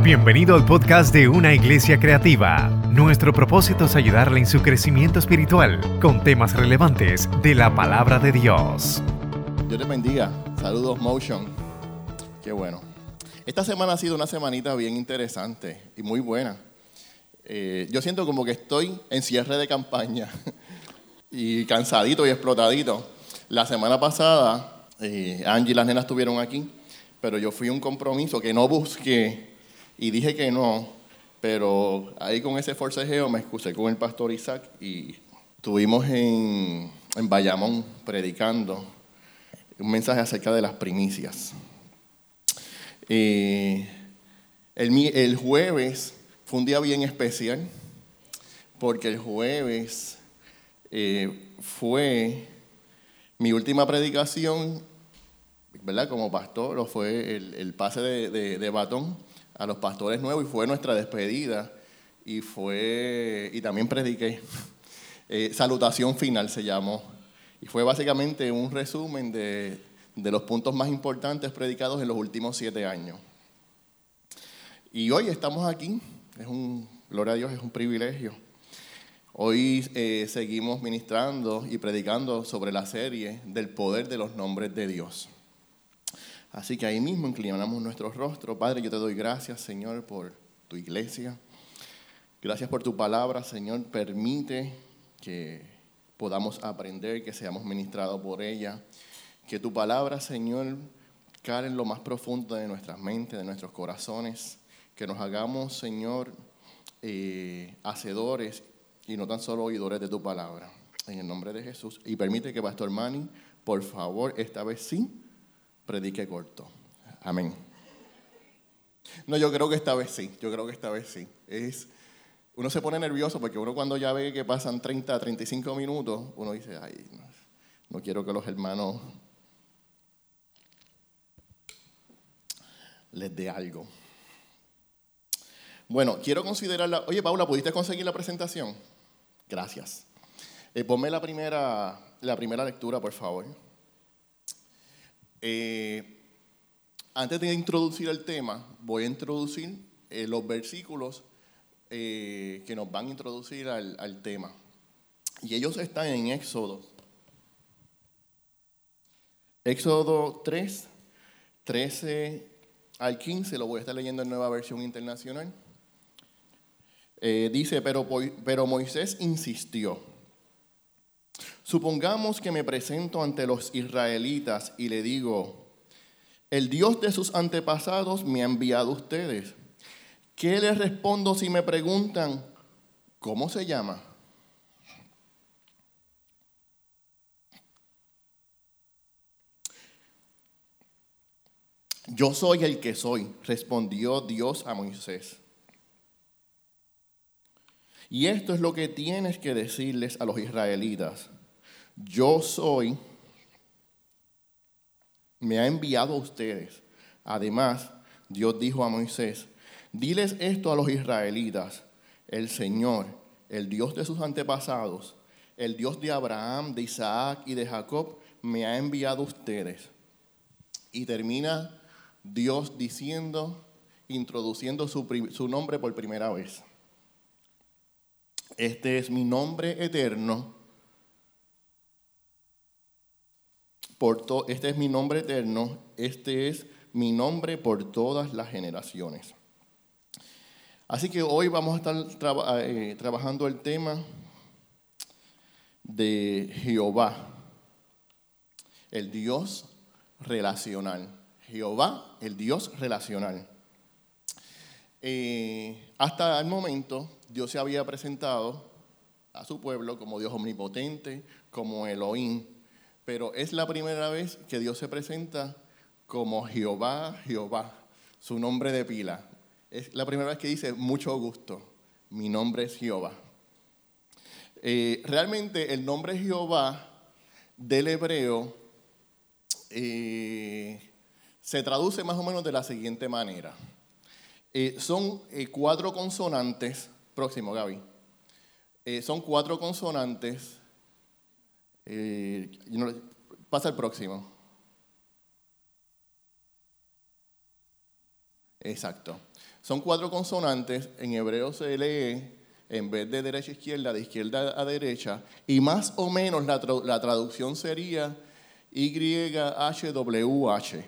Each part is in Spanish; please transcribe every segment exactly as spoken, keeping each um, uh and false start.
Bienvenido al podcast de Una Iglesia Creativa. Nuestro propósito es ayudarle en su crecimiento espiritual con temas relevantes de la palabra de Dios. Dios les bendiga. Saludos, Motion. Qué bueno. Esta semana ha sido una semanita bien interesante y muy buena. Eh, yo siento como que estoy en cierre de campaña y cansadito y explotadito. La semana pasada, eh, Angie y las nenas estuvieron aquí, pero yo fui a un compromiso que no busqué y dije que no, pero ahí con ese forcejeo me excusé con el pastor Isaac y estuvimos en, en Bayamón predicando un mensaje acerca de las primicias. Eh, el, el jueves fue un día bien especial porque el jueves eh, fue mi última predicación, ¿verdad? Como pastor, o fue el, el pase de, de, de batón a los pastores nuevos y fue nuestra despedida y fue y también prediqué. Eh, salutación final se llamó y fue básicamente un resumen de, de los puntos más importantes predicados en los últimos siete años. Y hoy estamos aquí, es un, gloria a Dios, es un privilegio. Hoy eh, seguimos ministrando y predicando sobre la serie del poder de los nombres de Dios. Así que ahí mismo inclinamos nuestro rostro. Padre, yo te doy gracias, Señor, por tu iglesia. Gracias por tu palabra, Señor. Permite que podamos aprender, que seamos ministrados por ella. Que tu palabra, Señor, cale en lo más profundo de nuestras mentes, de nuestros corazones. Que nos hagamos, Señor, eh, hacedores y no tan solo oidores de tu palabra. En el nombre de Jesús. Y permite que Pastor Manny, por favor, esta vez sí, predique corto. Amén. No, yo creo que esta vez sí. Yo creo que esta vez sí. Es, uno se pone nervioso porque uno cuando ya ve que pasan treinta a treinta y cinco minutos, uno dice, ay, no, no quiero que los hermanos les dé algo. Bueno, quiero considerarla. Oye, Paula, ¿pudiste conseguir la presentación? Gracias. Eh, ponme la primera, la primera lectura, por favor. Eh, antes de introducir el tema, voy a introducir eh, los versículos eh, que nos van a introducir al, al tema. Y ellos están en Éxodo. Éxodo tres, trece al quince, lo voy a estar leyendo en Nueva Versión Internacional. Eh, dice, pero, pero Moisés insistió. Supongamos que me presento ante los israelitas y le digo, el Dios de sus antepasados me ha enviado a ustedes. ¿Qué les respondo si me preguntan, ¿cómo se llama? Yo soy el que soy, respondió Dios a Moisés. Y esto es lo que tienes que decirles a los israelitas. Yo soy, me ha enviado a ustedes. Además, Dios dijo a Moisés, diles esto a los israelitas. El Señor, el Dios de sus antepasados, el Dios de Abraham, de Isaac y de Jacob, me ha enviado a ustedes. Y termina Dios diciendo, introduciendo su, su nombre por primera vez. Este es mi nombre eterno. Por to, este es mi nombre eterno. Este es mi nombre por todas las generaciones. Así que hoy vamos a estar traba, eh, trabajando el tema de Jehová, el Dios relacional. Jehová, el Dios relacional. Eh, hasta el momento, Dios se había presentado a su pueblo como Dios omnipotente, como Elohim, pero es la primera vez que Dios se presenta como Jehová, Jehová, su nombre de pila. Es la primera vez que dice, mucho gusto, mi nombre es Jehová. Eh, realmente el nombre Jehová del hebreo eh, se traduce más o menos de la siguiente manera. Eh, son eh, cuatro consonantes, próximo Gaby, eh, son cuatro consonantes, eh, pasa el próximo. Exacto. Son cuatro consonantes, en hebreo se lee en vez de derecha a izquierda, de izquierda a derecha, y más o menos la, tra- la traducción sería Y H W H.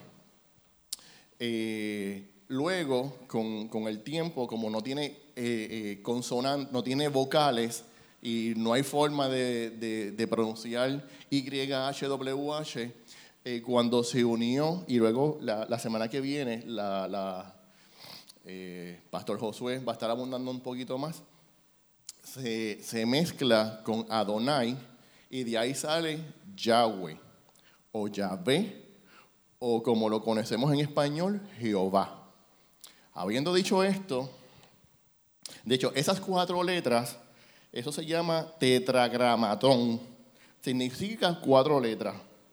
Eh, luego, con, con el tiempo, como no tiene eh, eh, consonantes, no tiene vocales y no hay forma de, de, de pronunciar Y H W H, eh, cuando se unió, y luego la, la semana que viene, la, la eh, Pastor Josué va a estar abundando un poquito más, se, se mezcla con Adonai y de ahí sale Yahweh o Yahvé, o como lo conocemos en español, Jehová. Habiendo dicho esto, de hecho, esas cuatro letras, eso se llama tetragramatón, significa cuatro letras.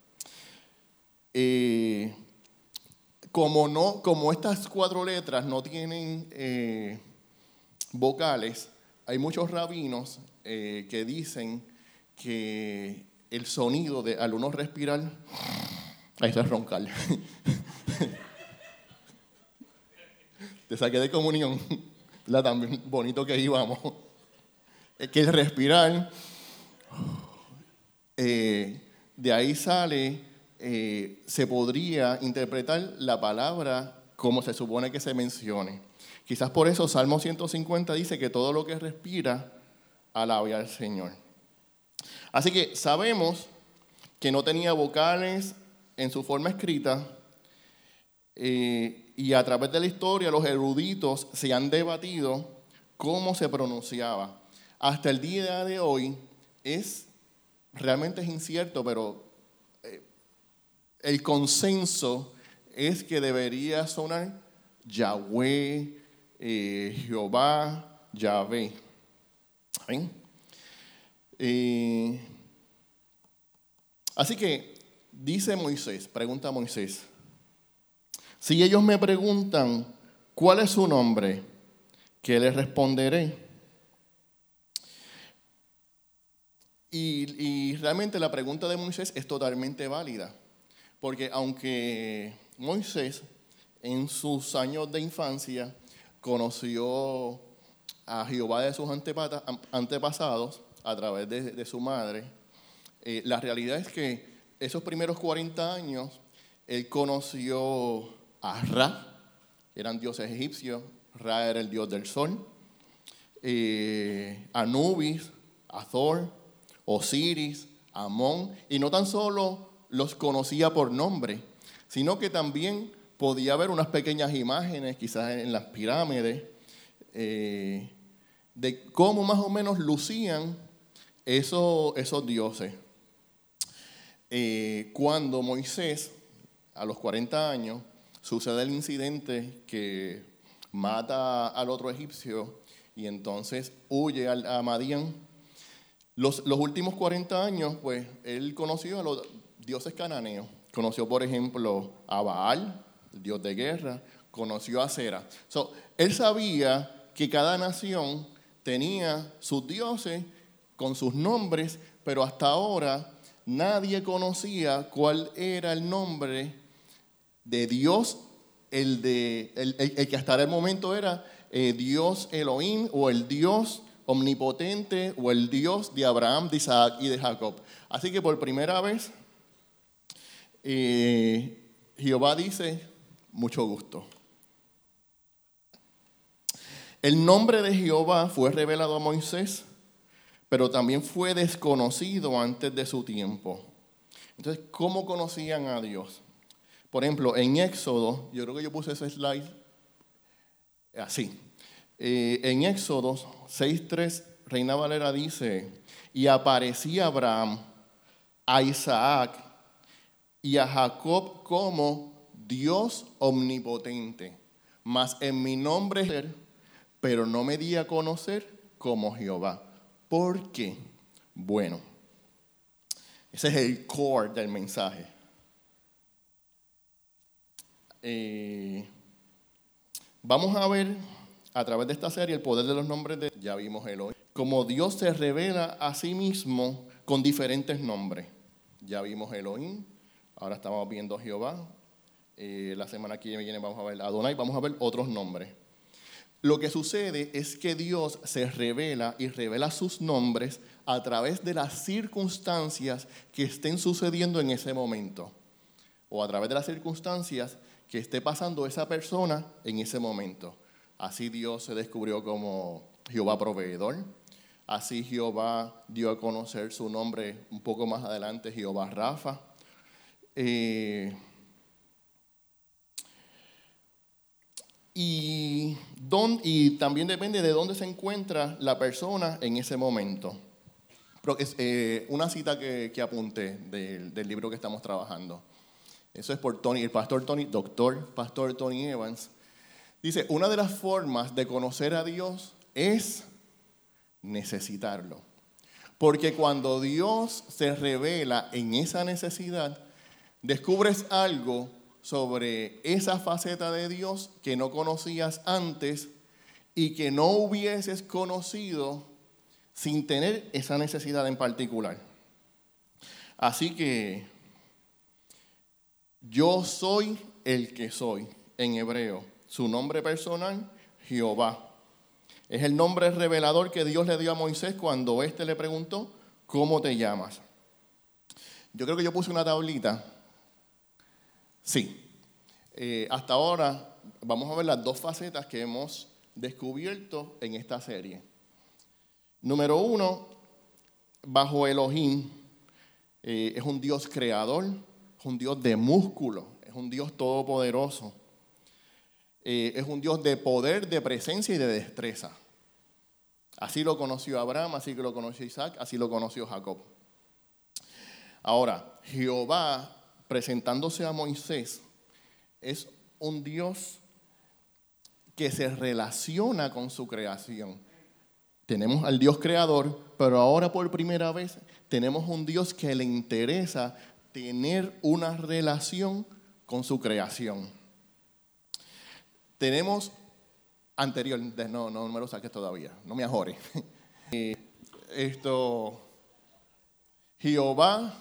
Eh, como, no, como estas cuatro letras no tienen eh, vocales, hay muchos rabinos eh, que dicen que el sonido de al uno respirar, ahí está roncar. Te saqué de comunión, la tan bonito que íbamos. Es que el respirar, eh, de ahí sale, eh, se podría interpretar la palabra como se supone que se mencione. Quizás por eso Salmo ciento cincuenta dice que todo lo que respira, alabe al Señor. Así que sabemos que no tenía vocales en su forma escrita, eh, y a través de la historia los eruditos se han debatido cómo se pronunciaba. Hasta el día de hoy es, realmente es incierto, pero eh, el consenso es que debería sonar Yahweh, eh, Jehová, Yahvé. ¿Ven? Eh, así que dice Moisés, pregunta Moisés, si ellos me preguntan cuál es su nombre, ¿qué les responderé? Y, y realmente la pregunta de Moisés es totalmente válida, porque aunque Moisés en sus años de infancia conoció a Jehová de sus antepasados a través de, de su madre, eh, la realidad es que esos primeros cuarenta años él conoció a Ra, eran dioses egipcios, Ra era el dios del sol, eh, Anubis, Hathor, Osiris, Amón, y no tan solo los conocía por nombre, sino que también podía ver unas pequeñas imágenes, quizás en las pirámides, eh, de cómo más o menos lucían esos, esos dioses. Eh, cuando Moisés, a los cuarenta años, sucede el incidente que mata al otro egipcio y entonces huye a Madián. Los, los últimos cuarenta años, pues, él conoció a los dioses cananeos. Conoció, por ejemplo, a Baal, el dios de guerra, conoció a Sera. So, él sabía que cada nación tenía sus dioses con sus nombres, pero hasta ahora nadie conocía cuál era el nombre de Dios, el, de, el, el, el que hasta el momento era eh, Dios Elohim, o el Dios omnipotente, o el Dios de Abraham, de Isaac y de Jacob. Así que por primera vez eh, Jehová dice, mucho gusto. El nombre de Jehová fue revelado a Moisés, pero también fue desconocido antes de su tiempo. Entonces, ¿cómo conocían a Dios? Por ejemplo, en Éxodo, yo creo que yo puse ese slide así. Eh, en Éxodo seis tres, Reina Valera dice, y aparecía Abraham, a Isaac y a Jacob como Dios omnipotente, mas en mi nombre, pero no me di a conocer como Jehová. ¿Por qué? Bueno, ese es el core del mensaje. Eh, vamos a ver a través de esta serie el poder de los nombres de, ya vimos Elohim, como Dios se revela a sí mismo con diferentes nombres. Ya vimos Elohim, ahora estamos viendo Jehová, Eh, la semana que viene vamos a ver Adonai, vamos a ver otros nombres. Lo que sucede es que Dios se revela y revela sus nombres a través de las circunstancias que estén sucediendo en ese momento, o a través de las circunstancias que esté pasando esa persona en ese momento. Así Dios se descubrió como Jehová proveedor. Así Jehová dio a conocer su nombre un poco más adelante, Jehová Rafa. Eh, y, don, y también depende de dónde se encuentra la persona en ese momento. Pero es, eh, una cita que, que apunté del, del libro que estamos trabajando. Eso es por Tony, el pastor Tony, doctor pastor Tony Evans. Dice, una de las formas de conocer a Dios es necesitarlo. Porque cuando Dios se revela en esa necesidad, descubres algo sobre esa faceta de Dios que no conocías antes y que no hubieses conocido sin tener esa necesidad en particular. Así que yo soy el que soy, en hebreo. Su nombre personal, Jehová. Es el nombre revelador que Dios le dio a Moisés cuando éste le preguntó, ¿cómo te llamas? Yo creo que yo puse una tablita. Sí. Eh, hasta ahora vamos a ver las dos facetas que hemos descubierto en esta serie. Número uno, bajo Elohim, eh, es un Dios creador, es un Dios de músculo, es un Dios todopoderoso. Eh, es un Dios de poder, de presencia y de destreza. Así lo conoció Abraham, así que lo conoció Isaac, así lo conoció Jacob. Ahora, Jehová, presentándose a Moisés, es un Dios que se relaciona con su creación. Tenemos al Dios creador, pero ahora por primera vez tenemos un Dios que le interesa tener una relación con su creación. Tenemos anterior, no, no me lo saques todavía, no me ajores. Esto, Jehová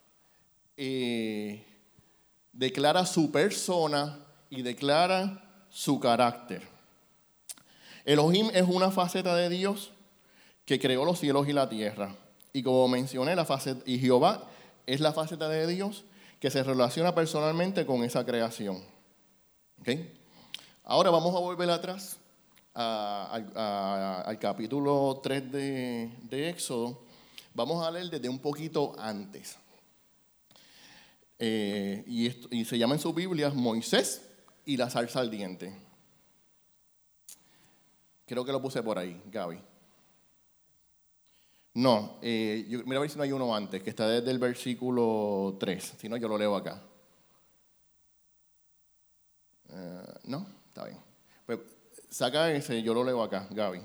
eh, declara su persona y declara su carácter. Elohim es una faceta de Dios que creó los cielos y la tierra. Y como mencioné, la faceta, y Jehová es la faceta de Dios que se relaciona personalmente con esa creación. ¿Okay? Ahora vamos a volver atrás a, a, a, al capítulo tres de, de Éxodo. Vamos a leer desde un poquito antes. Eh, y, esto, y se llama en su Biblia Moisés y la zarza ardiente. Creo que lo puse por ahí, Gaby. No, eh, yo, mira a ver si no hay uno antes, que está desde el versículo tres. Si no, yo lo leo acá. Uh, ¿No? Está bien. Pues saca ese, yo lo leo acá, Gaby.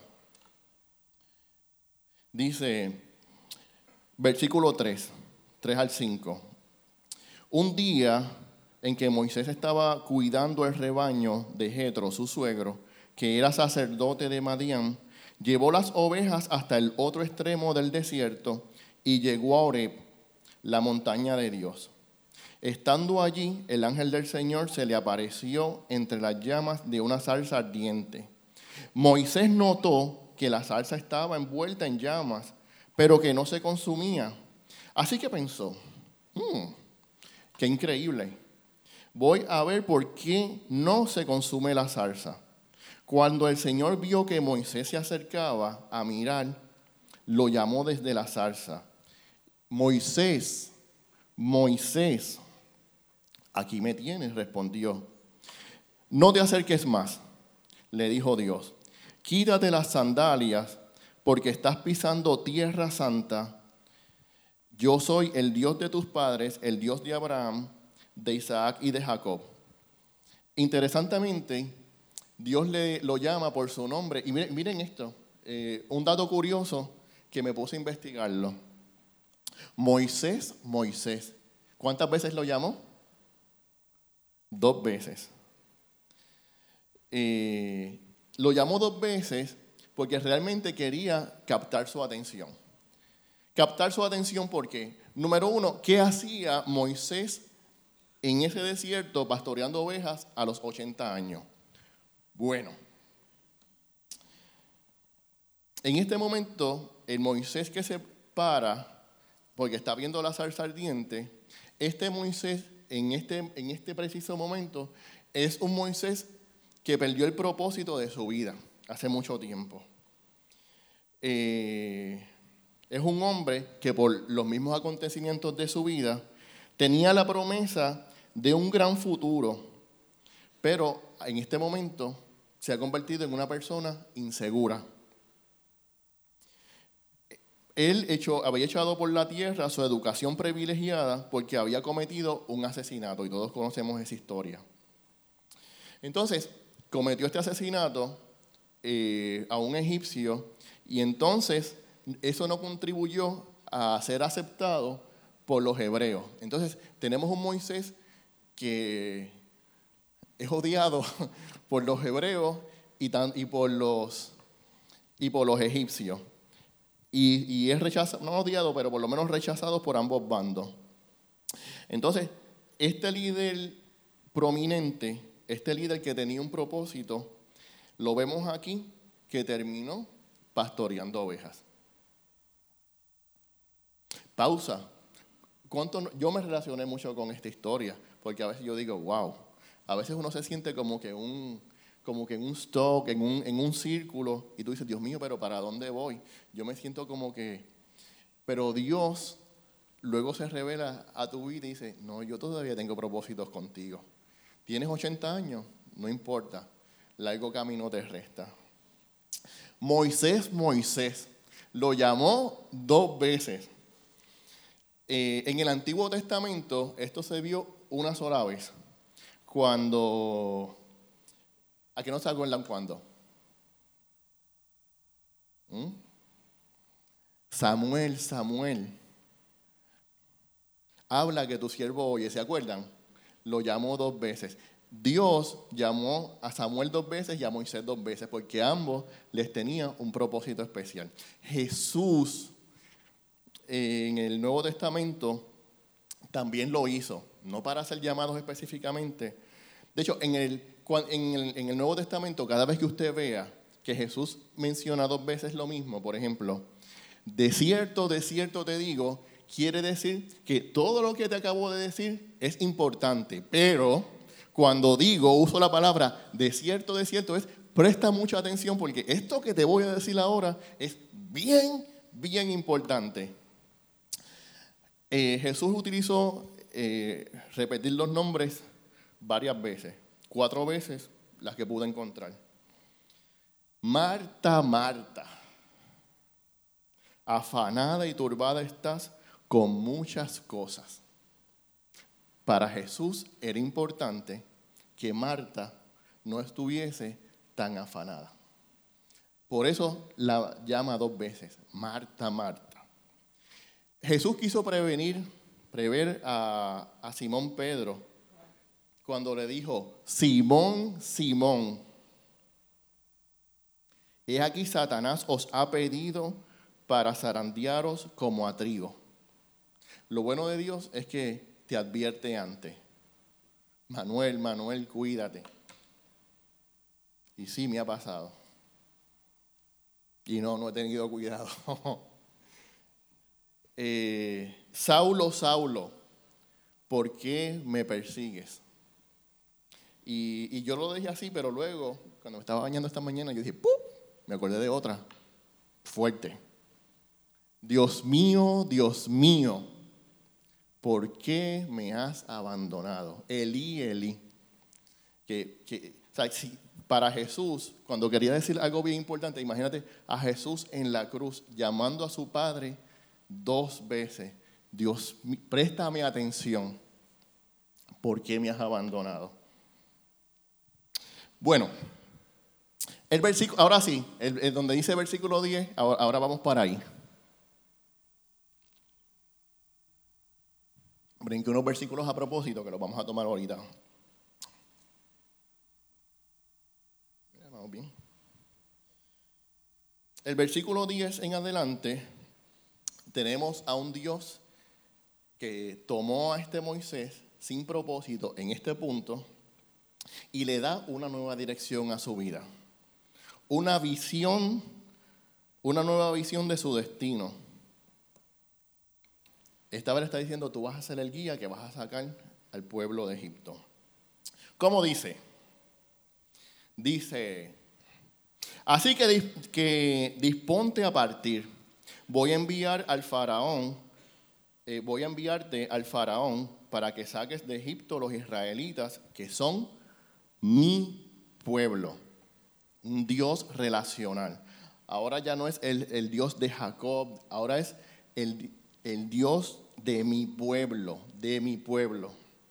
Dice, versículo tres, tres al cinco. Un día en que Moisés estaba cuidando el rebaño de Jetro, su suegro, que era sacerdote de Madián, llevó las ovejas hasta el otro extremo del desierto y llegó a Horeb, la montaña de Dios. Estando allí, el ángel del Señor se le apareció entre las llamas de una zarza ardiente. Moisés notó que la zarza estaba envuelta en llamas, pero que no se consumía. Así que pensó, hmm, qué increíble. Voy a ver por qué no se consume la zarza. Cuando el Señor vio que Moisés se acercaba a mirar, lo llamó desde la zarza. Moisés, Moisés. Aquí me tienes, respondió. No te acerques más, le dijo Dios. Quítate las sandalias, porque estás pisando tierra santa. Yo soy el Dios de tus padres, el Dios de Abraham, de Isaac y de Jacob. Interesantemente, Dios le, lo llama por su nombre. Y miren, miren esto, eh, un dato curioso que me puse a investigarlo. Moisés, Moisés. ¿Cuántas veces lo llamó? Dos veces. Eh, lo llamó dos veces porque realmente quería captar su atención. Captar su atención porque, número uno, ¿qué hacía Moisés en ese desierto pastoreando ovejas a los ochenta años. Bueno, en este momento, el Moisés que se para, porque está viendo la zarza ardiente, este Moisés, en este, en este preciso momento, es un Moisés que perdió el propósito de su vida hace mucho tiempo. Eh, es un hombre que por los mismos acontecimientos de su vida tenía la promesa de un gran futuro, pero en este momento se ha convertido en una persona insegura. Él echó, había echado por la tierra su educación privilegiada porque había cometido un asesinato, y todos conocemos esa historia. Entonces, cometió este asesinato eh, a un egipcio, y entonces eso no contribuyó a ser aceptado por los hebreos. Entonces, tenemos un Moisés que es odiado por los hebreos y, tan, y, por, los, y por los egipcios. Y, y es rechazado, no odiado, pero por lo menos rechazado por ambos bandos. Entonces, este líder prominente, este líder que tenía un propósito, lo vemos aquí, que terminó pastoreando ovejas. Pausa. ¿Cuánto, yo me relacioné mucho con esta historia, porque a veces yo digo, wow, a veces uno se siente como que un... como que en un stock, en un, en un círculo, y tú dices, Dios mío, pero ¿para dónde voy? Yo me siento como que... Pero Dios luego se revela a tu vida y dice, no, yo todavía tengo propósitos contigo. ¿Tienes ochenta años? No importa, largo camino te resta. Moisés, Moisés, lo llamó dos veces. Eh, en el Antiguo Testamento, esto se vio una sola vez, cuando... ¿A qué no se acuerdan cuándo? ¿Mm? Samuel, Samuel. Habla que tu siervo oye, ¿se acuerdan? Lo llamó dos veces. Dios llamó a Samuel dos veces y a Moisés dos veces, porque ambos les tenían un propósito especial. Jesús, eh, en el Nuevo Testamento, también lo hizo, no para ser llamados específicamente. De hecho, en el En el, en el Nuevo Testamento, cada vez que usted vea que Jesús menciona dos veces lo mismo, por ejemplo, de cierto, de cierto te digo, quiere decir que todo lo que te acabo de decir es importante, pero cuando digo, uso la palabra de cierto, de cierto, es presta mucha atención porque esto que te voy a decir ahora es bien, bien importante. Eh, Jesús utilizó eh, repetir los nombres varias veces. Cuatro veces las que pude encontrar. Marta, Marta, afanada y turbada estás con muchas cosas. Para Jesús era importante que Marta no estuviese tan afanada. Por eso la llama dos veces, Marta, Marta. Jesús quiso prevenir, prever a, a Simón Pedro, cuando le dijo, Simón, Simón, he aquí Satanás os ha pedido para zarandearos como a trigo. Lo bueno de Dios es que te advierte antes. Manuel, Manuel, cuídate. Y sí, me ha pasado. Y no, no he tenido cuidado. eh, Saulo, Saulo, ¿por qué me persigues? Y, y yo lo dejé así, pero luego, cuando me estaba bañando esta mañana, yo dije, ¡pum! Me acordé de otra, fuerte. Dios mío, Dios mío, ¿por qué me has abandonado? Elí, Elí. Que, que, o sea, si, para Jesús, cuando quería decir algo bien importante, imagínate a Jesús en la cruz, llamando a su Padre dos veces. Dios, préstame atención, ¿por qué me has abandonado? Bueno, el versículo, ahora sí, el, el donde dice versículo diez, ahora, ahora vamos para ahí. Brinqué unos versículos a propósito que los vamos a tomar ahorita. Vamos bien. El versículo diez en adelante, tenemos a un Dios que tomó a este Moisés, sin propósito en este punto y le da una nueva dirección a su vida. Una visión, una nueva visión de su destino. Esta vez le está diciendo, tú vas a ser el guía que vas a sacar al pueblo de Egipto. ¿Cómo dice? Dice, así que, que disponte a partir. Voy a enviar al faraón, eh, voy a enviarte al faraón para que saques de Egipto los israelitas que son mi pueblo. Un Dios relacional. Ahora ya no es el, el Dios de Jacob, ahora es el, el Dios de mi pueblo, de mi pueblo.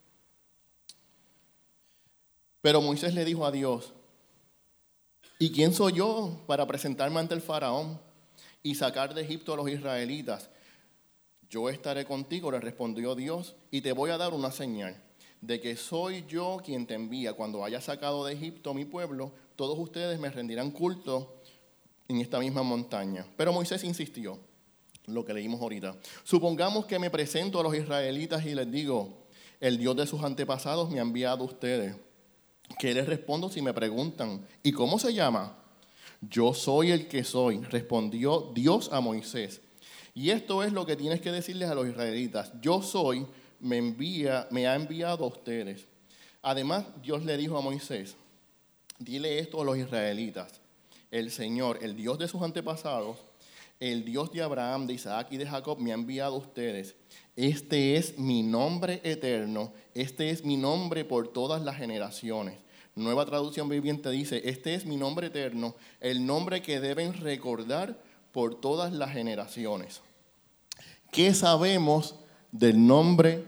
Pero Moisés le dijo a Dios, ¿y quién soy yo para presentarme ante el faraón y sacar de Egipto a los israelitas? Yo estaré contigo, le respondió Dios, y te voy a dar una señal de que soy yo quien te envía. Cuando haya sacado de Egipto mi pueblo, todos ustedes me rendirán culto en esta misma montaña. Pero Moisés insistió, lo que leímos ahorita. Supongamos que me presento a los israelitas y les digo, el Dios de sus antepasados me ha enviado a ustedes. ¿Qué les respondo si me preguntan? ¿Y cómo se llama? Yo soy el que soy, respondió Dios a Moisés. Y esto es lo que tienes que decirles a los israelitas. Yo soy, me envía, me ha enviado a ustedes. Además, Dios le dijo a Moisés, dile esto a los israelitas. El Señor, el Dios de sus antepasados, el Dios de Abraham, de Isaac y de Jacob me ha enviado a ustedes. Este es mi nombre eterno, este es mi nombre por todas las generaciones. Nueva Traducción Viviente dice, este es mi nombre eterno, el nombre que deben recordar por todas las generaciones. ¿Qué sabemos del nombre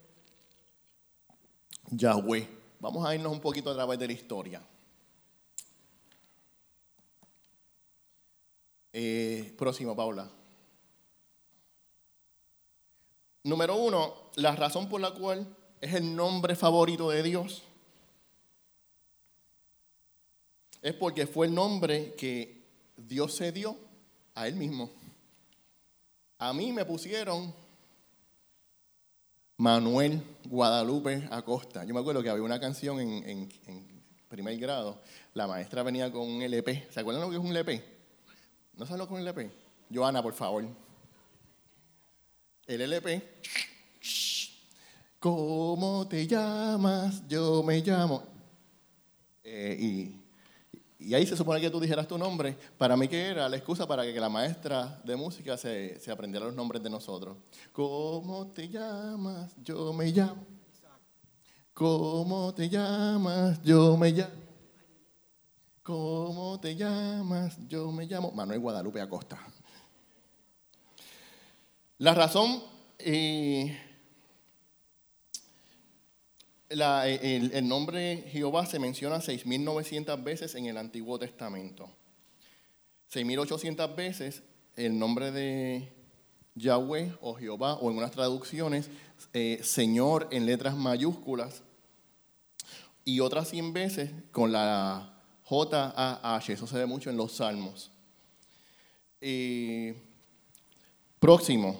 Yahweh? Vamos a irnos un poquito a través de la historia. Eh, próximo, Paula. Número uno, la razón por la cual es el nombre favorito de Dios es porque fue el nombre que Dios se dio a Él mismo. A mí me pusieron Manuel Guadalupe Acosta. Yo me acuerdo que había una canción en, en, en primer grado. La maestra venía con un L P. ¿Se acuerdan lo que es un L P? ¿No saben lo que es un L P? Joana, por favor. El L P. ¿Cómo te llamas? Yo me llamo. Eh, y, y ahí se supone que tú dijeras tu nombre. Para mí que era la excusa para que la maestra de música se, se aprendiera los nombres de nosotros. ¿Cómo te llamas? Yo me llamo. ¿Cómo te llamas? Yo me llamo. ¿Cómo te llamas? Yo me llamo Manuel Guadalupe Acosta. La razón, eh, la, el, el nombre Jehová se menciona seis mil novecientas veces en el Antiguo Testamento. seis mil ochocientas veces el nombre de Yahweh o Jehová, o en unas traducciones, eh, Señor en letras mayúsculas, y otras cien veces con la J A H, eso se ve mucho en los Salmos. Eh, próximo.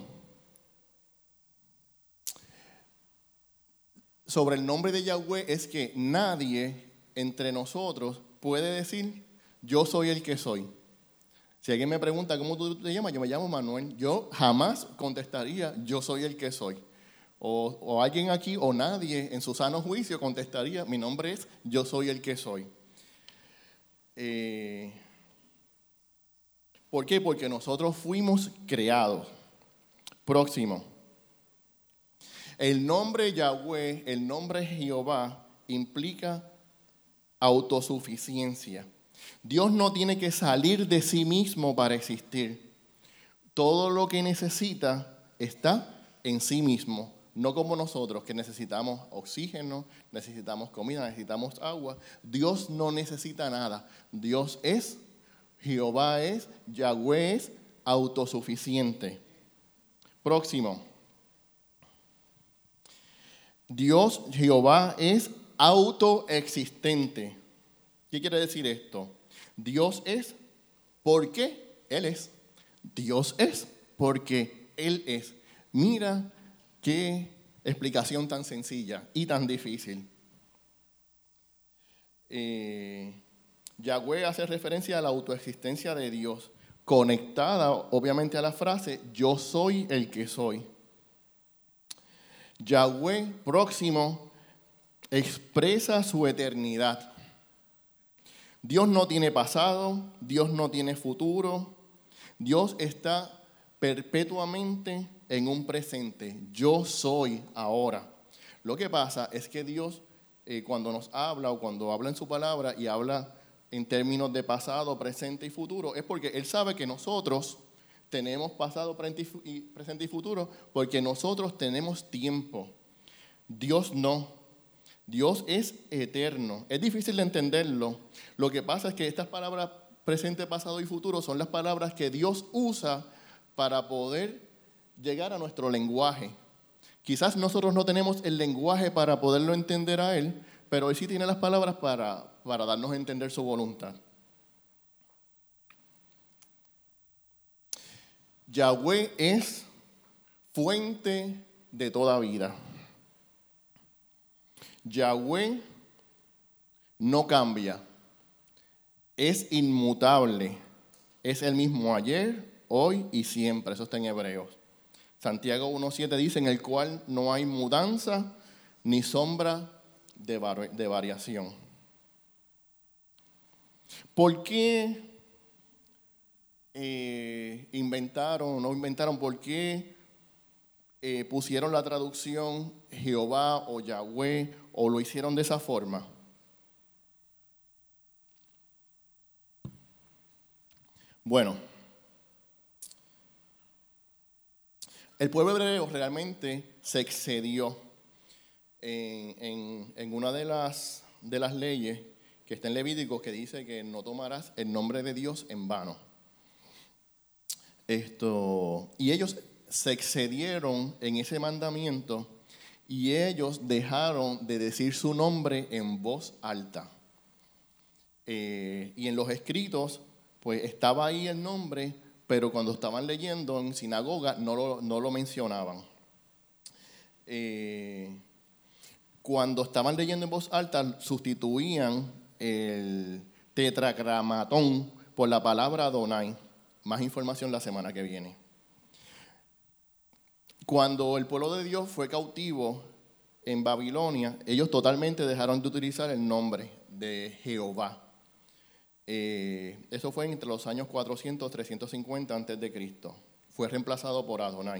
Sobre el nombre de Yahweh es que nadie entre nosotros puede decir, yo soy el que soy. Si alguien me pregunta, ¿cómo tú te llamas? Yo me llamo Manuel. Yo jamás contestaría, yo soy el que soy. O, o alguien aquí o nadie en su sano juicio contestaría, mi nombre es, yo soy el que soy. Eh, ¿Por qué? Porque nosotros fuimos creados. Próximo. El nombre Yahweh, el nombre Jehová, implica autosuficiencia. Dios no tiene que salir de sí mismo para existir. Todo lo que necesita está en sí mismo. No como nosotros, que necesitamos oxígeno, necesitamos comida, necesitamos agua. Dios no necesita nada. Dios es, Jehová es, Yahweh es autosuficiente. Próximo. Dios, Jehová, es autoexistente. ¿Qué quiere decir esto? Dios es porque Él es. Dios es porque Él es. Mira qué explicación tan sencilla y tan difícil. Eh, Yahweh hace referencia a la autoexistencia de Dios, conectada obviamente a la frase, yo soy el que soy. Yahweh próximo expresa su eternidad. Dios no tiene pasado, Dios no tiene futuro, Dios está perpetuamente en un presente. Yo soy ahora. Lo que pasa es que Dios, eh, cuando nos habla o cuando habla en su palabra y habla en términos de pasado, presente y futuro, es porque Él sabe que nosotros tenemos pasado, presente y futuro, porque nosotros tenemos tiempo. Dios no. Dios es eterno. Es difícil de entenderlo. Lo que pasa es que estas palabras presente, pasado y futuro son las palabras que Dios usa para poder llegar a nuestro lenguaje. Quizás nosotros no tenemos el lenguaje para poderlo entender a Él, pero Él sí tiene las palabras para, para darnos a entender su voluntad. Yahweh es fuente de toda vida. Yahweh no cambia, es inmutable, es el mismo ayer, hoy y siempre. Eso está en Hebreos. Santiago uno siete dice, en el cual no hay mudanza ni sombra de, var- de variación. ¿Por qué eh, inventaron o no inventaron? ¿Por qué eh, pusieron la traducción Jehová o Yahweh o lo hicieron de esa forma? Bueno, el pueblo hebreo realmente se excedió en, en, en una de las, de las leyes que está en Levítico, que dice que no tomarás el nombre de Dios en vano. Esto, y ellos se excedieron en ese mandamiento y ellos dejaron de decir su nombre en voz alta. Eh, y en los escritos, pues estaba ahí el nombre, pero cuando estaban leyendo en sinagoga no lo, no lo mencionaban. Eh, cuando estaban leyendo en voz alta, sustituían el tetragramatón por la palabra Adonai. Más información la semana que viene. Cuando el pueblo de Dios fue cautivo en Babilonia, ellos totalmente dejaron de utilizar el nombre de Jehová. Eh, eso fue entre los años cuatrocientos, trescientos cincuenta antes de Cristo. Fue reemplazado por Adonai.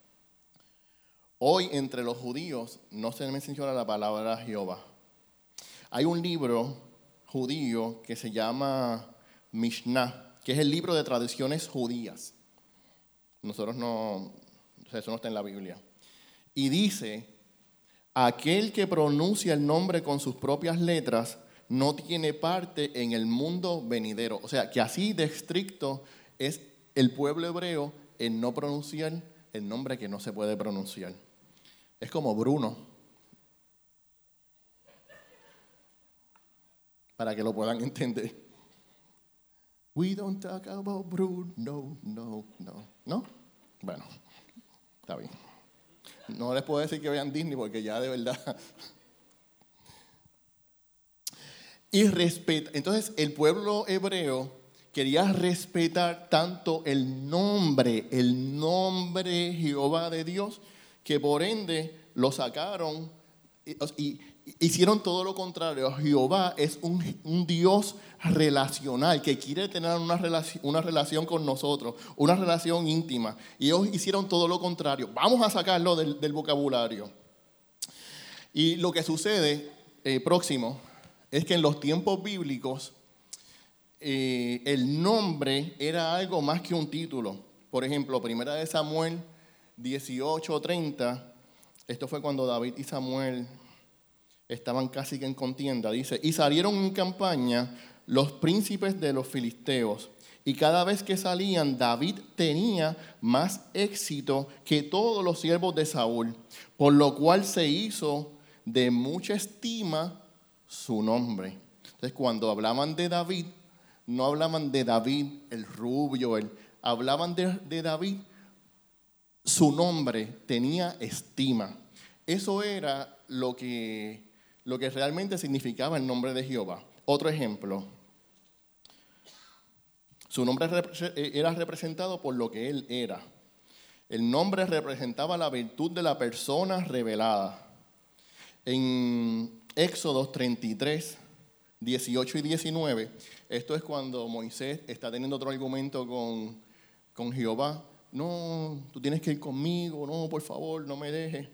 Hoy entre los judíos no se menciona la palabra Jehová. Hay un libro judío que se llama Mishnah, que es el libro de tradiciones judías. Nosotros no, eso no está en la Biblia. Y dice, aquel que pronuncia el nombre con sus propias letras no tiene parte en el mundo venidero. O sea, que así de estricto es el pueblo hebreo en no pronunciar el nombre que no se puede pronunciar. Es como Bruno. Para que lo puedan entender. We don't talk about Bruno, no, no, no. ¿No? Bueno, está bien. No les puedo decir que vean Disney porque ya de verdad... Y respeta. Entonces el pueblo hebreo quería respetar tanto el nombre, el nombre Jehová de Dios, que por ende lo sacaron y, y hicieron todo lo contrario. Jehová es un, un Dios relacional que quiere tener una relación, una relación con nosotros, una relación íntima. Y ellos hicieron todo lo contrario. Vamos a sacarlo del, del vocabulario. Y lo que sucede eh, próximo es que en los tiempos bíblicos eh, el nombre era algo más que un título. Por ejemplo, Primera de Samuel dieciocho treinta, esto fue cuando David y Samuel estaban casi que en contienda. Dice, y salieron en campaña los príncipes de los filisteos, y cada vez que salían David tenía más éxito que todos los siervos de Saúl, por lo cual se hizo de mucha estima su nombre. Entonces, cuando hablaban de David, no hablaban de David el rubio, el, hablaban de, de David, su nombre tenía estima. Eso era lo que, lo que realmente significaba el nombre de Jehová. Otro ejemplo. Su nombre era representado por lo que él era. El nombre representaba la virtud de la persona revelada. En Éxodo treinta y tres, dieciocho y diecinueve, esto es cuando Moisés está teniendo otro argumento con, con Jehová. No, tú tienes que ir conmigo, no, por favor, no me dejes.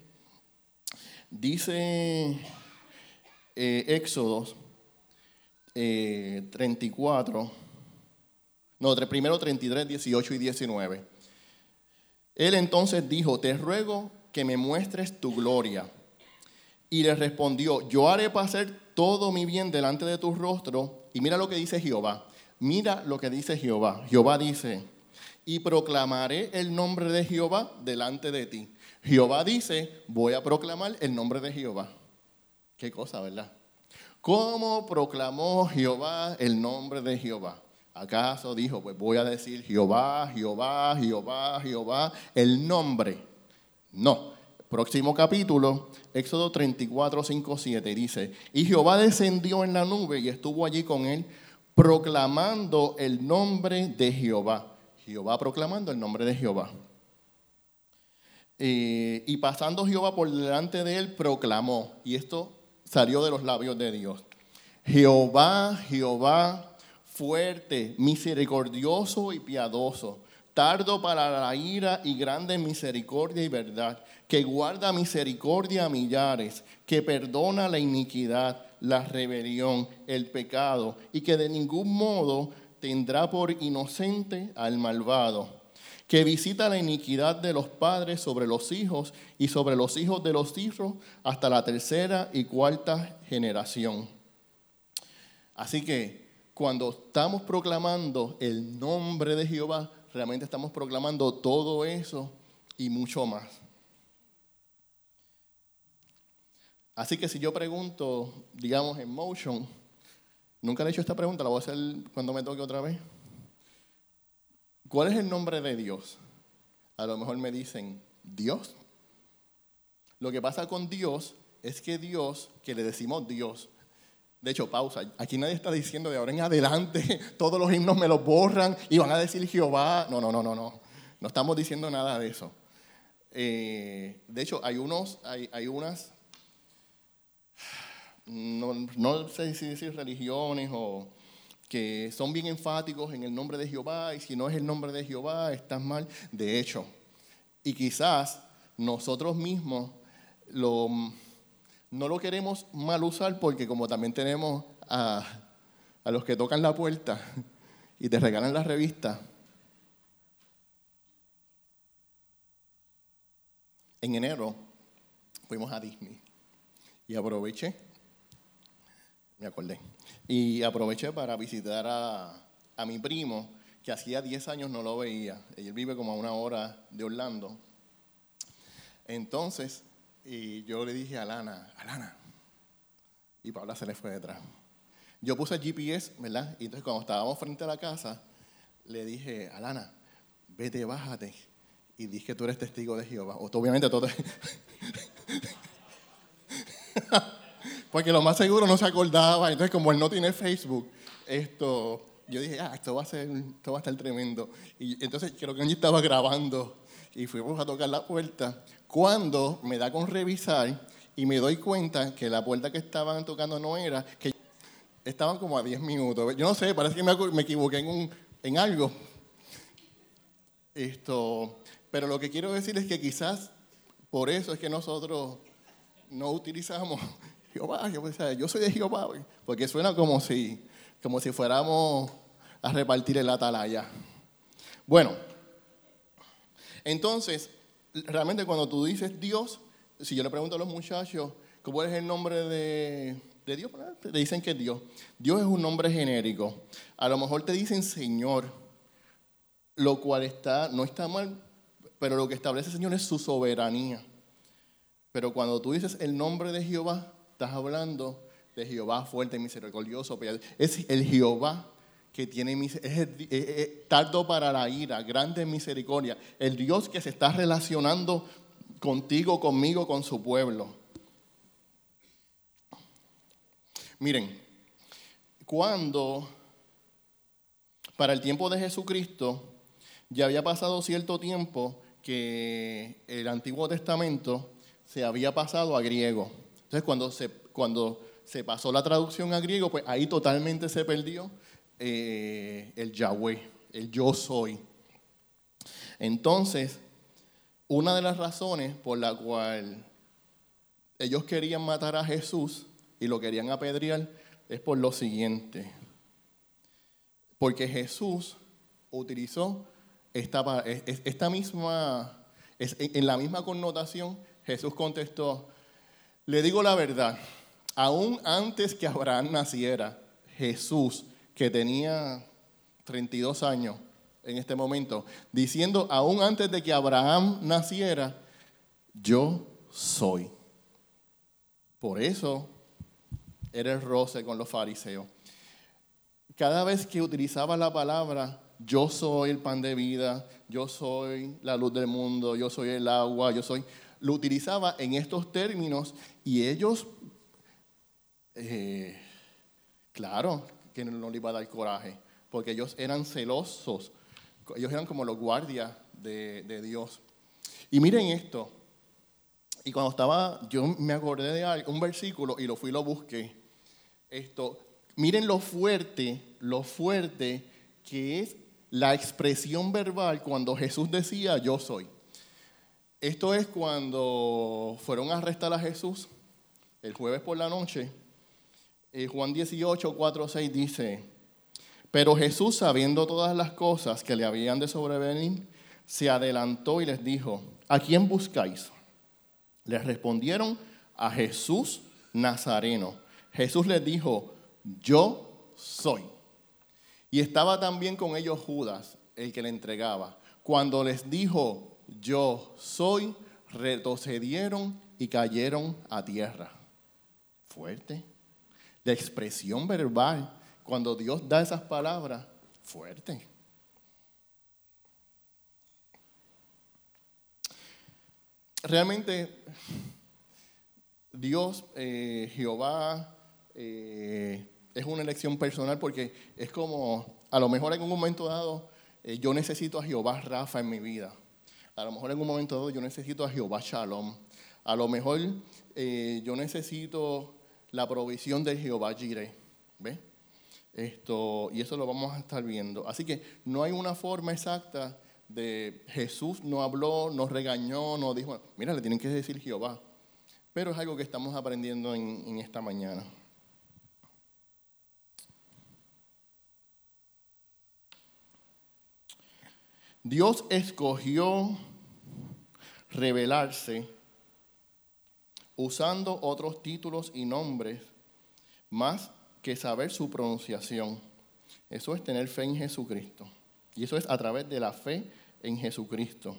Dice eh, Éxodo eh, treinta y cuatro, no, primero treinta y tres, dieciocho y diecinueve. Él entonces dijo, te ruego que me muestres tu gloria. Y le respondió, yo haré pasar todo mi bien delante de tu rostro. Y mira lo que dice Jehová. Mira lo que dice Jehová. Jehová dice, y proclamaré el nombre de Jehová delante de ti. Jehová dice, voy a proclamar el nombre de Jehová. Qué cosa, ¿verdad? ¿Cómo proclamó Jehová el nombre de Jehová? ¿Acaso dijo, pues voy a decir Jehová, Jehová, Jehová, Jehová, el nombre? No. Próximo capítulo, Éxodo treinta y cuatro, cinco, siete, dice, y Jehová descendió en la nube y estuvo allí con él, proclamando el nombre de Jehová. Jehová proclamando el nombre de Jehová. Eh, y pasando Jehová por delante de él, proclamó, y esto salió de los labios de Dios. Jehová, Jehová, fuerte, misericordioso y piadoso, tardo para la ira y grande en misericordia y verdad, que guarda misericordia a millares, que perdona la iniquidad, la rebelión, el pecado, y que de ningún modo tendrá por inocente al malvado, que visita la iniquidad de los padres sobre los hijos y sobre los hijos de los hijos hasta la tercera y cuarta generación. Así que cuando estamos proclamando el nombre de Jehová, realmente estamos proclamando todo eso y mucho más. Así que si yo pregunto, digamos en Motion, nunca le he hecho esta pregunta, la voy a hacer cuando me toque otra vez. ¿Cuál es el nombre de Dios? A lo mejor me dicen, ¿Dios? Lo que pasa con Dios es que Dios, que le decimos Dios, de hecho, pausa, aquí nadie está diciendo de ahora en adelante, todos los himnos me los borran y van a decir Jehová. No, no, no, no, no. No estamos diciendo nada de eso. Eh, de hecho, hay unos, hay, hay unas, no, no sé si decir religiones o que son bien enfáticos en el nombre de Jehová, y si no es el nombre de Jehová, estás mal. De hecho, y quizás nosotros mismos lo, no lo queremos mal usar, porque como también tenemos a, a los que tocan la puerta y te regalan la revista. En enero fuimos a Disney y aproveché, me acordé, y aproveché para visitar a, a mi primo, que hacía diez años no lo veía. Él vive como a una hora de Orlando. Entonces, y yo le dije a Lana, Alana, y Paula se le fue detrás. Yo puse el G P S, ¿verdad? Y entonces cuando estábamos frente a la casa, le dije, Alana, vete, bájate, y dije que tú eres testigo de Jehová. O, obviamente todo. Porque lo más seguro no se acordaba. Entonces, como él no tiene Facebook, esto, yo dije, ah, esto va a ser, esto va a estar tremendo. Y entonces creo que Angie estaba grabando y fuimos a tocar la puerta. Cuando me da con revisar y me doy cuenta que la puerta que estaban tocando no era, que estaban como a diez minutos. Yo no sé, parece que me, me equivoqué en, un, en algo. Esto, pero lo que quiero decir es que quizás por eso es que nosotros no utilizamos Jehová, yo soy de Jehová, porque suena como si, como si fuéramos a repartir el atalaya. Bueno, entonces, realmente cuando tú dices Dios, si yo le pregunto a los muchachos, ¿cuál es el nombre de, de Dios? Te dicen que es Dios. Dios es un nombre genérico. A lo mejor te dicen Señor, lo cual está, no está mal, pero lo que establece Señor es su soberanía. Pero cuando tú dices el nombre de Jehová, estás hablando de Jehová fuerte, misericordioso. Es el Jehová que tiene es, el, es, es tardo para la ira, grande en misericordia. El Dios que se está relacionando contigo, conmigo, con su pueblo. Miren, cuando para el tiempo de Jesucristo ya había pasado cierto tiempo que el Antiguo Testamento se había pasado a griego. Entonces, cuando se, cuando se pasó la traducción a griego, pues ahí totalmente se perdió eh, el Yahweh, el yo soy. Entonces, una de las razones por la cual ellos querían matar a Jesús y lo querían apedrear es por lo siguiente. Porque Jesús utilizó esta, esta misma, en la misma connotación, Jesús contestó, le digo la verdad, aún antes que Abraham naciera, Jesús, que tenía treinta y dos años en este momento, diciendo, aún antes de que Abraham naciera, yo soy. Por eso era el roce con los fariseos. Cada vez que utilizaba la palabra, yo soy el pan de vida, yo soy la luz del mundo, yo soy el agua, yo soy... Lo utilizaba en estos términos y ellos, eh, claro, que no le iba a dar coraje, porque ellos eran celosos, ellos eran como los guardias de, de Dios. Y miren esto, y cuando estaba, yo me acordé de algo, un versículo y lo fui y lo busqué. Esto, miren lo fuerte, lo fuerte que es la expresión verbal cuando Jesús decía yo soy. Esto es cuando fueron a arrestar a Jesús el jueves por la noche. Eh, Juan dieciocho, cuatro, seis dice, pero Jesús, sabiendo todas las cosas que le habían de sobrevenir, se adelantó y les dijo, ¿a quién buscáis? Les respondieron, a Jesús Nazareno. Jesús les dijo, yo soy. Y estaba también con ellos Judas, el que le entregaba. Cuando les dijo, yo soy, retrocedieron y cayeron a tierra. Fuerte. La expresión verbal, cuando Dios da esas palabras, fuerte. Realmente, Dios, eh, Jehová, eh, es una elección personal porque es como, a lo mejor en un momento dado, eh, yo necesito a Jehová Rafa en mi vida. A lo mejor en un momento dado yo necesito a Jehová Shalom. A lo mejor eh, yo necesito la provisión de Jehová Jireh. ¿Ves? Esto, y eso lo vamos a estar viendo. Así que no hay una forma exacta de Jesús no habló, no regañó, no dijo, mira, le tienen que decir Jehová. Pero es algo que estamos aprendiendo en, en esta mañana. Dios escogió revelarse usando otros títulos y nombres más que saber su pronunciación. Eso es tener fe en Jesucristo. Y eso es a través de la fe en Jesucristo.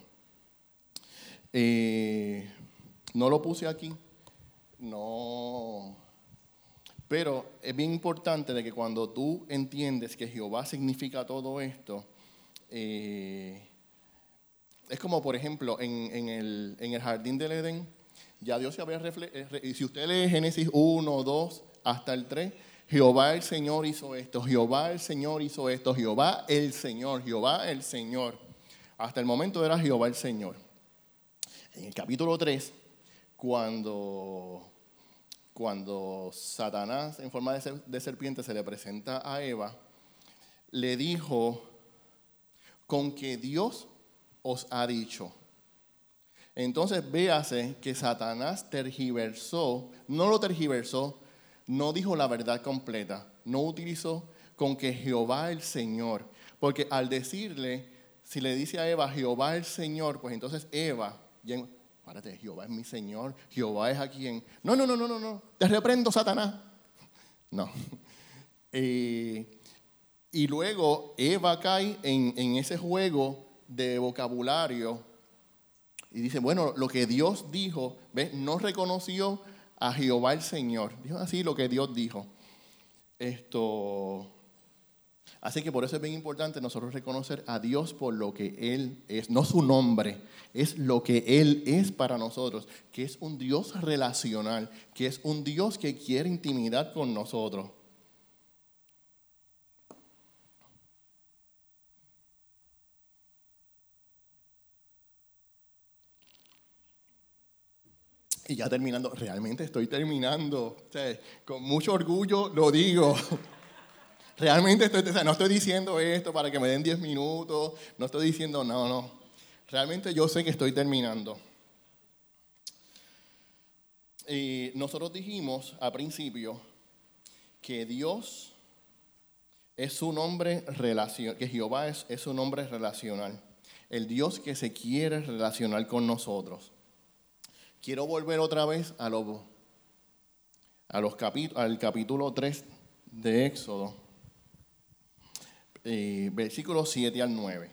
Eh, no lo puse aquí, no, pero es bien importante de que cuando tú entiendes que Jehová significa todo esto, Eh, es como, por ejemplo, en, en, el, en el jardín del Edén, ya Dios se había reflejado, y si usted lee Génesis uno, dos, hasta el tres, Jehová el Señor hizo esto, Jehová el Señor hizo esto, Jehová el Señor, Jehová el Señor. Hasta el momento era Jehová el Señor. En el capítulo tres, cuando, cuando Satanás en forma de, ser, de serpiente se le presenta a Eva, le dijo, con que Dios os ha dicho. Entonces véase que Satanás tergiversó, no lo tergiversó, no dijo la verdad completa, no utilizó con que Jehová el Señor, porque al decirle, si le dice a Eva Jehová el Señor, pues entonces Eva, ya, párate, Jehová es mi Señor, Jehová es a quien, no, no, no, no, no, no, te reprendo Satanás, no. Eh, Y luego Eva cae en, en ese juego de vocabulario y dice, bueno, lo que Dios dijo, ¿ves? No reconoció a Jehová el Señor. Dijo así lo que Dios dijo. Esto, Así que por eso es bien importante nosotros reconocer a Dios por lo que Él es, no su nombre, es lo que Él es para nosotros, que es un Dios relacional, que es un Dios que quiere intimidad con nosotros. Y ya terminando, realmente estoy terminando, o sea, con mucho orgullo lo digo. Realmente estoy, o sea, no estoy diciendo esto para que me den diez minutos, no estoy diciendo, no, no. Realmente yo sé que estoy terminando. Y nosotros dijimos al principio que Dios es un nombre relacional, que Jehová es, es un nombre relacional. El Dios que se quiere relacionar con nosotros. Quiero volver otra vez a los, a los capítulos, al capítulo tres de Éxodo, eh, versículos siete al nueve.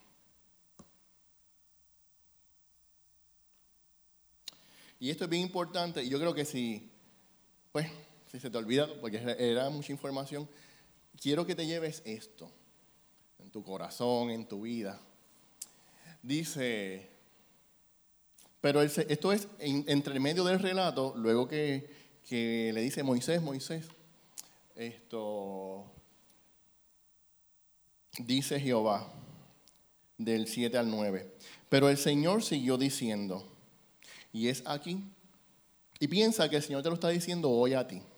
Y esto es bien importante, y yo creo que si, pues, si se te olvida, porque era mucha información, quiero que te lleves esto en tu corazón, en tu vida. Dice, pero el, esto es en, entre el medio del relato, luego que, que le dice Moisés, Moisés, esto, dice Jehová, del siete al nueve. Pero el Señor siguió diciendo, y es aquí, y piensa que el Señor te lo está diciendo hoy a ti.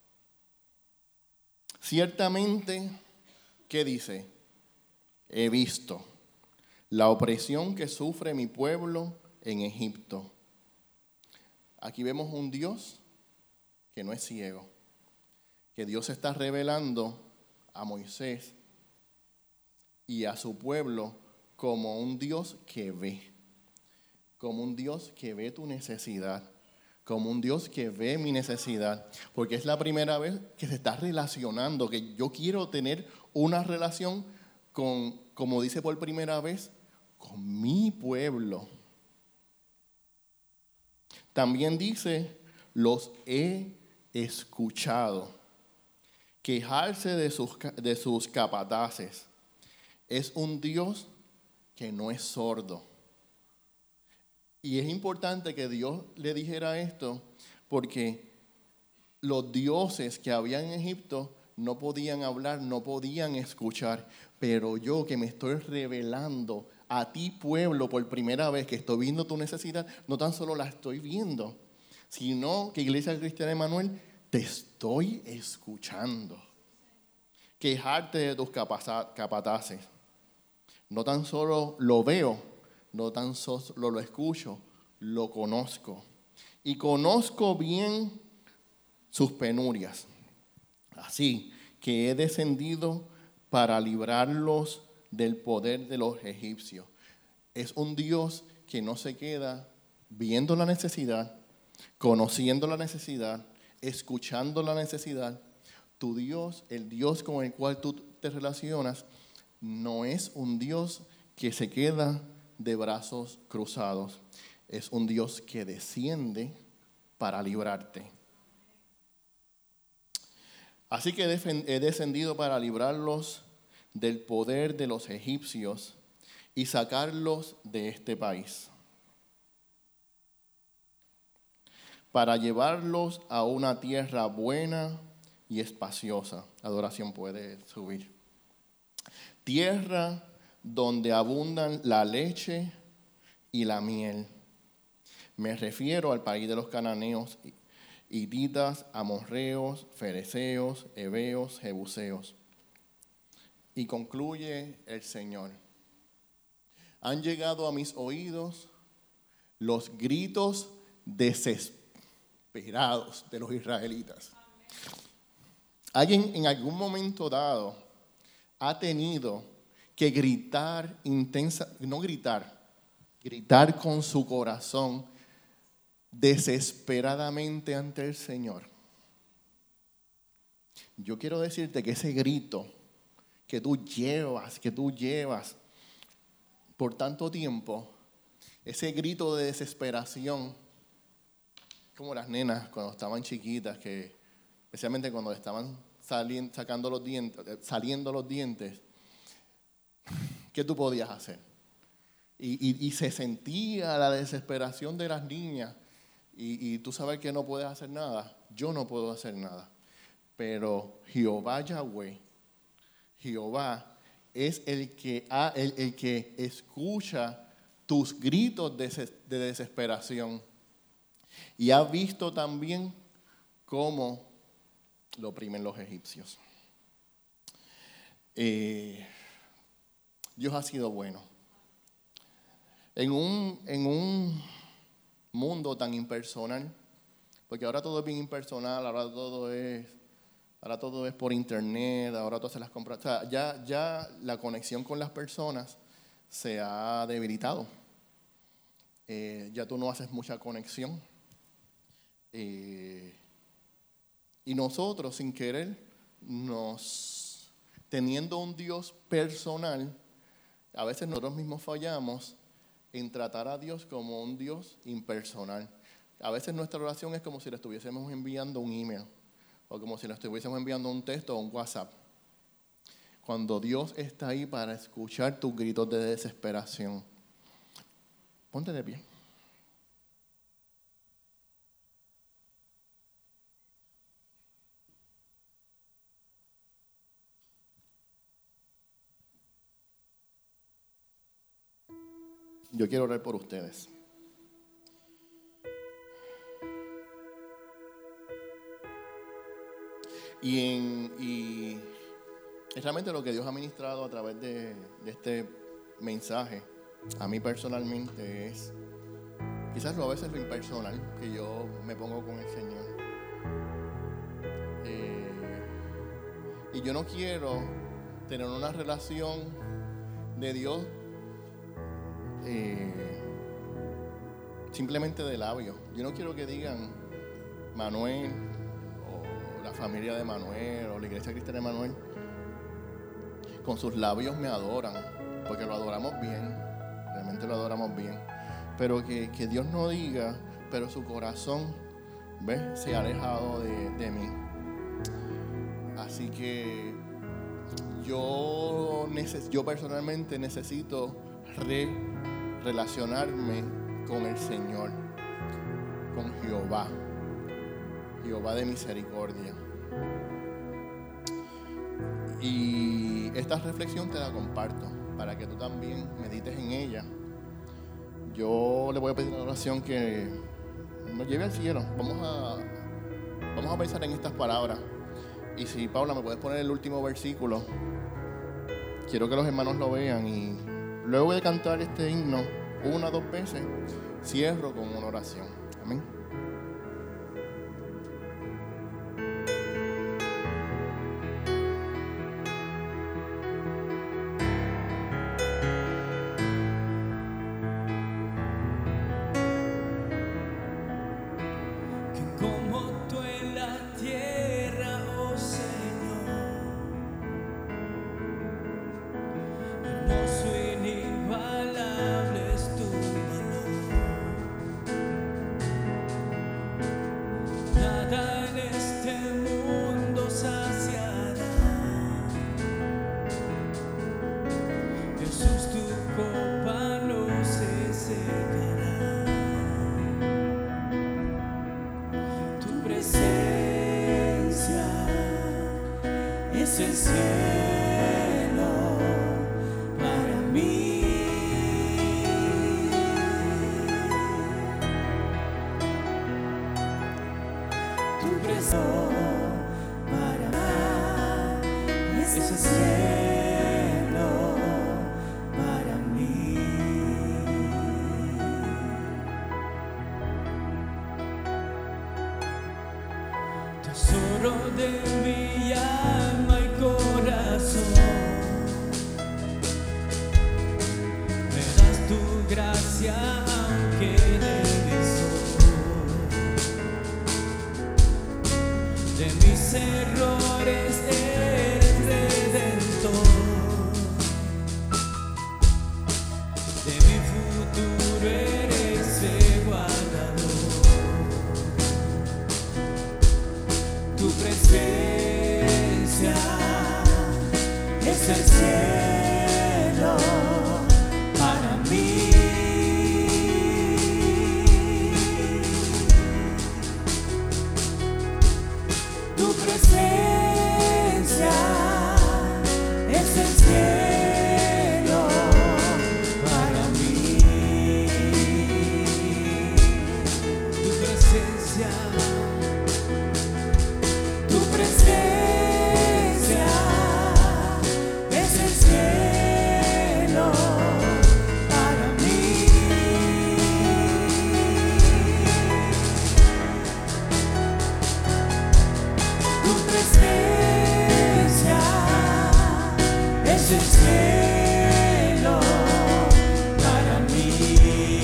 Ciertamente, ¿qué dice? He visto la opresión que sufre mi pueblo en Egipto. Aquí vemos un Dios que no es ciego, que Dios está revelando a Moisés y a su pueblo como un Dios que ve, como un Dios que ve tu necesidad, como un Dios que ve mi necesidad, porque es la primera vez que se está relacionando, que yo quiero tener una relación con, como dice por primera vez, con mi pueblo. También dice, los he escuchado, quejarse de sus, de sus capataces. Es un Dios que no es sordo. Y es importante que Dios le dijera esto porque los dioses que había en Egipto no podían hablar, no podían escuchar. Pero yo que me estoy revelando a ti, pueblo, por primera vez, que estoy viendo tu necesidad, no tan solo la estoy viendo, sino que Iglesia Cristiana Emanuel, te estoy escuchando. Quejarte de tus capataces. No tan solo lo veo, no tan solo lo escucho, lo conozco. Y conozco bien sus penurias. Así que he descendido para librarlos del poder de los egipcios. Es un Dios que no se queda viendo la necesidad, conociendo la necesidad, escuchando la necesidad. Tu Dios, el Dios con el cual tú te relacionas, no es un Dios que se queda de brazos cruzados. Es un Dios que desciende para librarte. Así que he descendido para librarlos del poder de los egipcios y sacarlos de este país, para llevarlos a una tierra buena y espaciosa. Adoración puede subir. Tierra donde abundan la leche y la miel. Me refiero al país de los cananeos, hititas, amorreos, fereceos, heveos, jebuseos. Y concluye el Señor. Han llegado a mis oídos los gritos desesperados de los israelitas. Alguien en algún momento dado ha tenido que gritar intensa, no gritar, gritar con su corazón desesperadamente ante el Señor. Yo quiero decirte que ese grito que tú llevas, que tú llevas por tanto tiempo, ese grito de desesperación, como las nenas cuando estaban chiquitas, que especialmente cuando estaban saliendo, sacando los dientes, saliendo los dientes, ¿qué tú podías hacer? Y, y, y se sentía la desesperación de las niñas. Y, y tú sabes que no puedes hacer nada. Yo no puedo hacer nada. Pero Jehová Yahweh, Jehová es el que, ha, el, el que escucha tus gritos de, de desesperación. Y ha visto también cómo lo oprimen los egipcios. Eh, Dios ha sido bueno. En un, en un mundo tan impersonal, porque ahora todo es bien impersonal, ahora todo es, ahora todo es por internet, ahora todas las compras, o sea, ya, ya la conexión con las personas se ha debilitado. Eh, ya tú no haces mucha conexión. Eh, y nosotros, sin querer, nos, teniendo un Dios personal, a veces nosotros mismos fallamos en tratar a Dios como un Dios impersonal. A veces nuestra oración es como si le estuviésemos enviando un email o como si le estuviésemos enviando un texto o un WhatsApp. Cuando Dios está ahí para escuchar tus gritos de desesperación. Ponte de pie. Yo quiero orar por ustedes. Y, en, y es realmente lo que Dios ha ministrado a través de, de este mensaje. A mí personalmente es, quizás a veces lo impersonal que yo me pongo con el Señor. Eh, y yo no quiero tener una relación de Dios Eh, simplemente de labios. Yo no quiero que digan Manuel o la familia de Manuel o la iglesia cristiana de Manuel con sus labios me adoran, porque lo adoramos bien, realmente lo adoramos bien, pero que, que Dios no diga, pero su corazón, ¿ves?, se ha alejado de, de mí. Así que yo, neces- yo personalmente necesito re relacionarme con el Señor, con Jehová, Jehová de misericordia. Y esta reflexión te la comparto para que tú también medites en ella. Yo le voy a pedir una oración que nos lleve al cielo. Vamos a, vamos a pensar en estas palabras. Y si, Paula, me puedes poner el último versículo, quiero que los hermanos lo vean. Y luego de cantar este himno una o dos veces, cierro con una oración. Amén. El cielo para mí, tu presencia para mí, es el cielo para mí. Tesoro de mi alma y corazón, me das tu gracia aunque débil soy. De mis errores eres redentor, de mi futuro eres el guardador. Tu presencia cielo para mí. Tu presencia es el cielo para mí. Tu presencia, tu presencia es el cielo para mí. Tu presencia es el cielo para mí.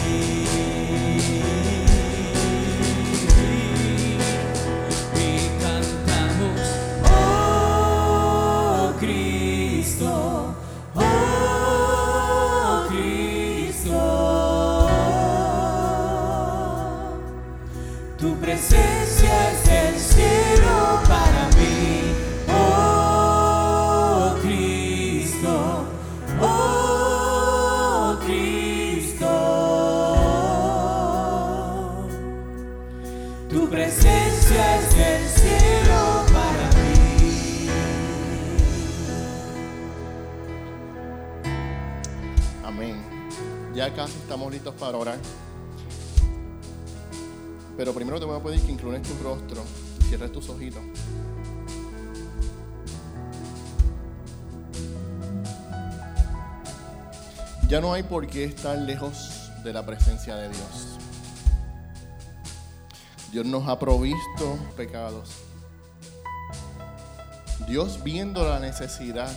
Y cantamos, oh Cristo, oh Cristo, tu presencia es el cielo para mí. Oh Cristo, oh Cristo, tu presencia es el cielo para mí. Amén. Ya casi estamos listos para orar. Pero primero te voy a pedir que inclines tu rostro, cierres tus ojitos. Ya no hay por qué estar lejos de la presencia de Dios. Dios nos ha provisto pecados. Dios, viendo la necesidad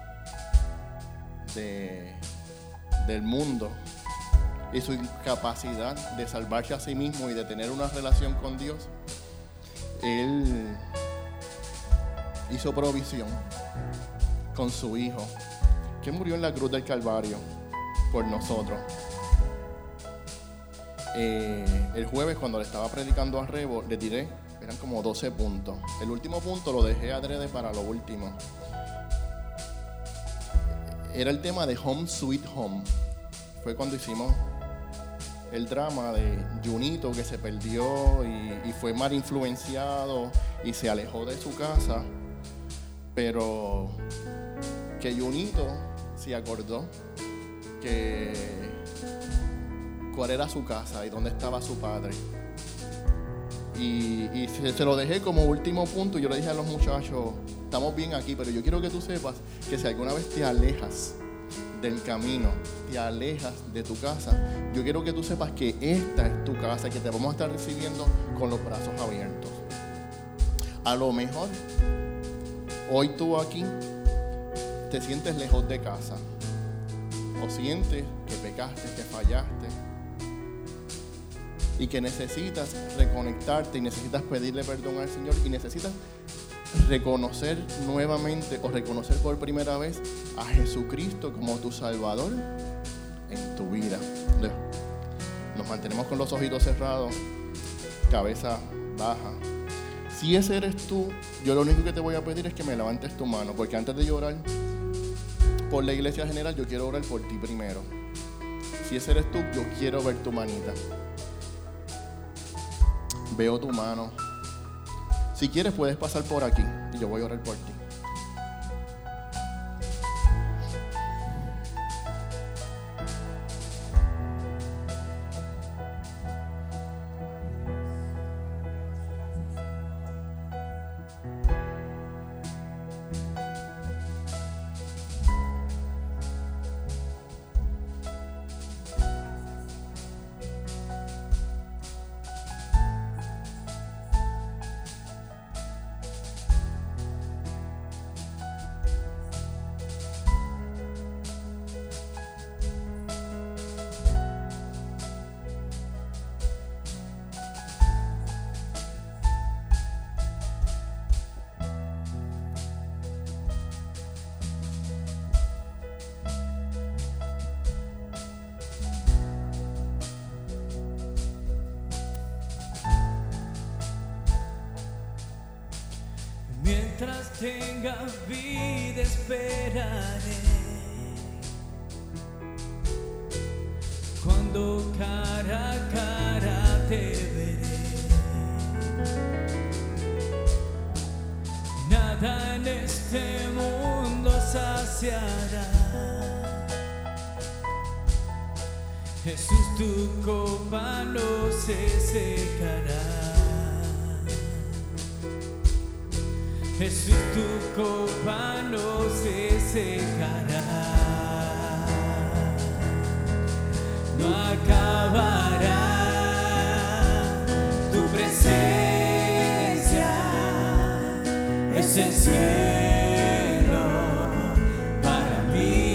de, del mundo y su incapacidad de salvarse a sí mismo y de tener una relación con Dios, Él hizo provisión con su Hijo, que murió en la cruz del Calvario por nosotros. Eh, el jueves, cuando le estaba predicando a Rebo, le tiré, eran como doce puntos. El último punto lo dejé adrede para lo último. Era el tema de Home Sweet Home. Fue cuando hicimos el drama de Junito, que se perdió y, y fue mal influenciado y se alejó de su casa, pero que Junito se acordó que cuál era su casa y dónde estaba su padre. Y, y se, se lo dejé como último punto. Yo le dije a los muchachos, estamos bien aquí, pero yo quiero que tú sepas que si alguna vez te alejas del camino, te alejas de tu casa, yo quiero que tú sepas que esta es tu casa, que te vamos a estar recibiendo con los brazos abiertos. A lo mejor hoy tú aquí te sientes lejos de casa, o sientes que pecaste, que fallaste y que necesitas reconectarte y necesitas pedirle perdón al Señor y necesitas reconocer nuevamente o reconocer por primera vez a Jesucristo como tu Salvador en tu vida. Nos mantenemos con los ojitos cerrados, cabeza baja. Si ese eres tú, yo lo único que te voy a pedir es que me levantes tu mano, porque antes de llorar por la iglesia general, yo quiero orar por ti primero. Si ese eres tú, yo quiero ver tu manita. Veo tu mano. Si quieres, puedes pasar por aquí y yo voy a orar por ti. Mientras tenga vida esperaré. te veré. Nada en este mundo saciará. Jesús, tu copa no se secará. Jesús, tu copa no se secará. No acabará. Tu presencia es el cielo para mí.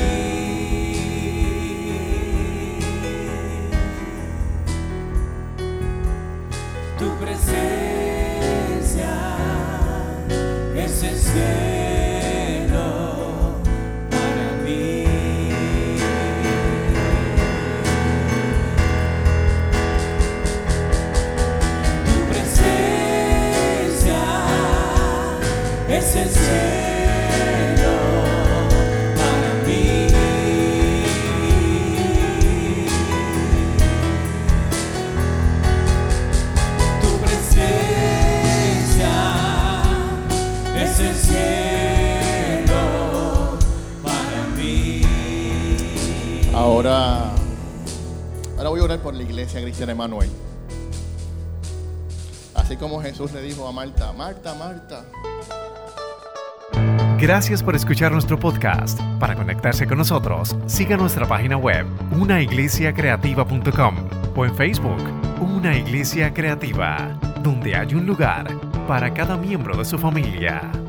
Tu presencia es el cielo para mí. Tu presencia es el cielo para mí. Tu presencia es el cielo para mí. Ahora, ahora voy a orar por la Iglesia Cristiana Emanuel. Así como Jesús le dijo a Marta, Marta, Marta. Gracias por escuchar nuestro podcast. Para conectarse con nosotros, siga nuestra página web, una iglesia creativa punto com, o en Facebook, Una Iglesia Creativa, donde hay un lugar para cada miembro de su familia.